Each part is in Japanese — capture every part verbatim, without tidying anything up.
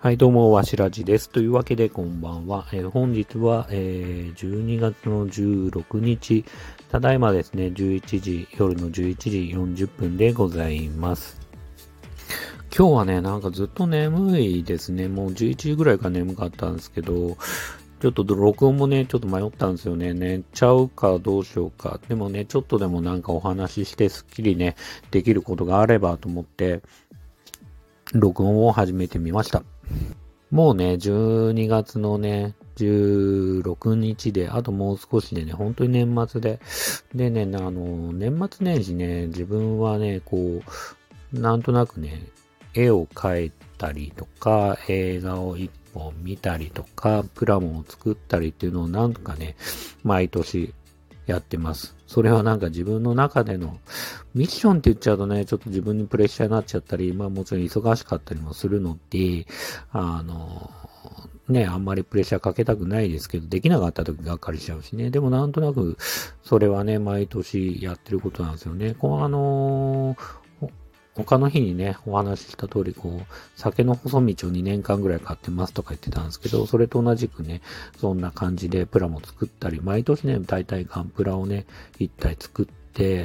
はい、どうも、わしらじです。というわけで、こんばんは。えー本日は、えーじゅうにがつのじゅうろくにち、ただいまですね、じゅういちじ、夜のじゅういちじよんじゅっぷんでございます。今日はね、なんかずっと眠いですね。もうじゅういちじぐらいから眠かったんですけど、ちょっと録音もね、ちょっと迷ったんですよね。寝ちゃうかどうしようか。でもね、ちょっとでもなんかお話ししてスッキリね、できることがあればと思って、録音を始めてみました。もうね、じゅうにがつのね、じゅうろくにちで、あともう少しでね、本当に年末で。でね、あの、年末年始ね、自分はね、こう、なんとなくね、絵を描いたりとか、映画を一本見たりとか、プラモを作ったりっていうのをなんとかね、毎年やってます。それはなんか自分の中でのミッションって言っちゃうとね、ちょっと自分にプレッシャーになっちゃったり、まあもちろん忙しかったりもするので、あの、ね、あんまりプレッシャーかけたくないですけど、できなかった時がっかりしちゃうしね。でもなんとなく、それはね、毎年やってることなんですよね。こう、あの他の日にね、お話しした通り、こう、酒の細道をにねんかんぐらい買ってますとか言ってたんですけど、それと同じくね、そんな感じでプラも作ったり、毎年ね、大体ガンプラをね、一体作って、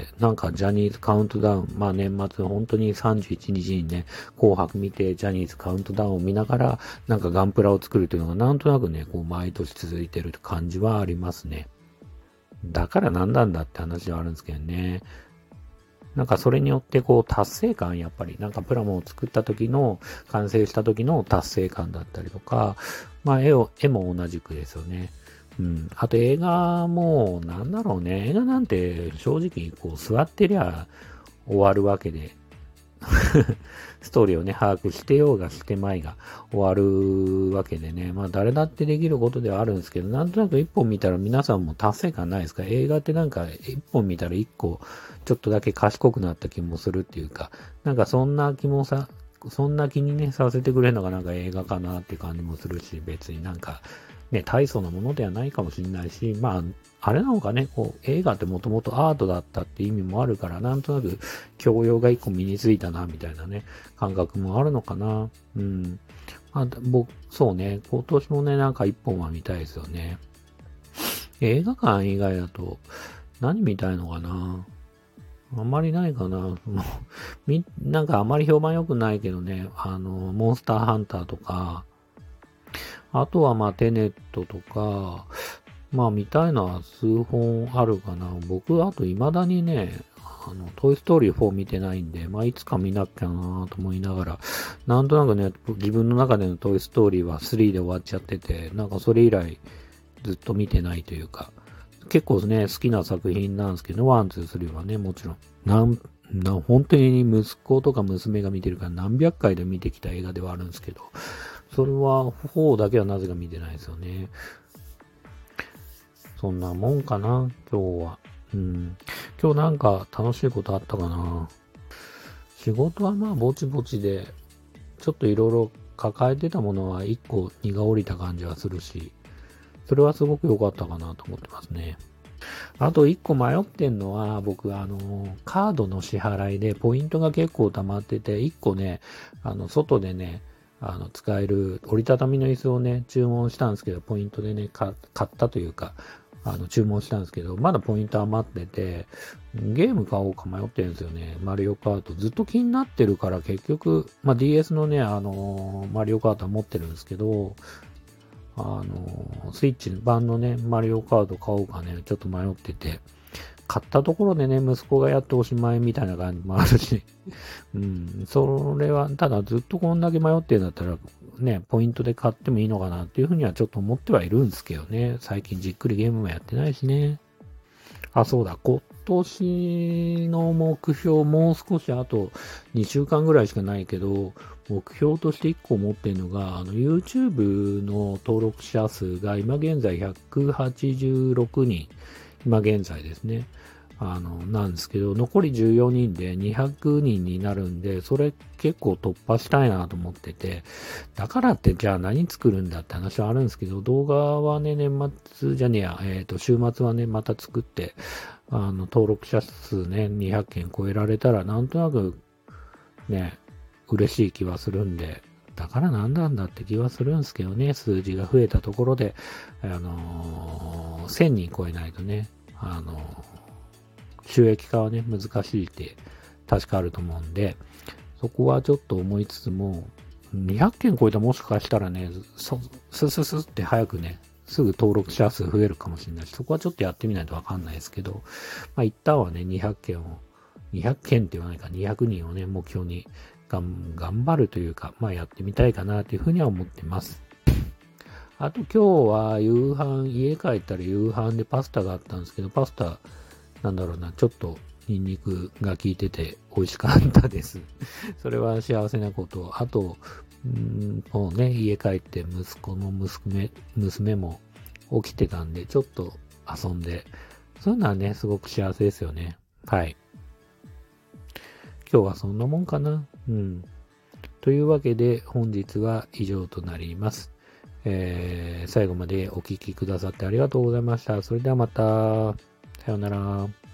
なんかジャニーズカウントダウン、まあ年末本当にさんじゅういちにちにね、紅白見てジャニーズカウントダウンを見ながら、なんかガンプラを作るというのがなんとなくね、こう毎年続いてる感じはありますね。だからなんなんだって話はあるんですけどね。なんかそれによってこう達成感、やっぱりなんかプラモを作った時の、完成した時の達成感だったりとか、まあ絵を、絵も同じくですよね。うん。あと映画も、なんだろうね。映画なんて正直こう座ってりゃ終わるわけで、ストーリーをね、把握してようがしてまいが終わるわけでね。まあ誰だってできることではあるんですけど、なんとなく一本見たら皆さんも達成感ないですか？映画ってなんか一本見たら一個ちょっとだけ賢くなった気もするっていうか、なんかそんな気もさ、そんな気にね、させてくれるのがなんか映画かなっていう感じもするし、別になんかね、大層なものではないかもしれないし、まあ、あれなのかね、こう、映画ってもともとアートだったって意味もあるから、なんとなく教養が一個身についたな、みたいなね、感覚もあるのかな。うん。まあ、僕、そうね、今年もね、なんか一本は見たいですよね。映画館以外だと、何見たいのかな。あんまりないかな。もうみ、なんかあまり評判良くないけどね、あの、モンスターハンターとか、あとはまあテネットとか、まあ見たいのは数本あるかな。僕、あと未だにね、あの、トイストーリーフォー見てないんで、まあいつか見なきゃなと思いながら、なんとなくね、自分の中でのトイストーリーはスリーで終わっちゃってて、なんかそれ以来ずっと見てないというか、結構ね、好きな作品なんですけど、ワン、ツー、スリーはね、もちろん、なん、な、本当に息子とか娘が見てるから何百回で見てきた映画ではあるんですけど、それは、フォーだけはなぜか見てないですよね。そんなもんかな、今日は。うん。今日なんか楽しいことあったかな。仕事はまあぼちぼちで、ちょっといろいろ抱えてたものは一個荷が下りた感じはするし、それはすごく良かったかなと思ってますね。あと一個迷ってんのは、僕あの、カードの支払いでポイントが結構溜まってて、一個ね、あの、外でね、あの、使える折りたたみの椅子をね、注文したんですけど、ポイントでね、買ったというか、あの、注文したんですけど、まだポイント余ってて、ゲーム買おうか迷ってるんですよね。マリオカート。ずっと気になってるから結局、まあ、ディーエス のね、あのマリオカートは持ってるんですけど、あの、スイッチ版のね、マリオカード買おうかね、ちょっと迷ってて、買ったところでね、息子がやっておしまいみたいな感じもあるし、うん、それは、ただずっとこんだけ迷ってるんだったら、ね、ポイントで買ってもいいのかなっていうふうにはちょっと思ってはいるんですけどね。最近じっくりゲームもやってないしね。あ、そうだ、今年の目標、もう少しあとにしゅうかんぐらいしかないけど、目標としていっこ持ってるのが、あの、YouTube の登録者数が今現在ひゃくはちじゅうろくにん、今現在ですね。あの、なんですけど、残りじゅうよにんでにひゃくにんになるんで、それ結構突破したいなと思ってて、だからってじゃあ何作るんだって話はあるんですけど、動画はね、年末じゃねえや、えっと、週末はね、また作って、あの、登録者数ね、にひゃっけん超えられたら、なんとなく、ね、嬉しい気はするんで、 だからなんなんだって気はするんですけどね、数字が増えたところで、あのー、せんにん超えないとね、あのー、収益化はね、難しいって確かあると思うんで、そこはちょっと思いつつも、にひゃっけん超えたらもしかしたらね、そスススって早くね、すぐ登録者数増えるかもしれないし、そこはちょっとやってみないとわかんないですけど、まあ一旦はね、にひゃっけんを、にひゃっけんって言わないか、にひゃくにんをね、目標にがん頑張るというか、まあやってみたいかなというふうには思ってます。あと今日は夕飯、家帰ったら夕飯でパスタがあったんですけど、パスタ、なんだろうな、ちょっとニンニクが効いてて美味しかったです。それは幸せなこと。あと、うーんもうね、家帰って息子の娘、娘も起きてたんで、ちょっと遊んで、そういうのはね、すごく幸せですよね。はい。今日はそんなもんかな。うん。というわけで、本日は以上となります。えー、最後までお聞きくださってありがとうございました。それではまた。さようなら。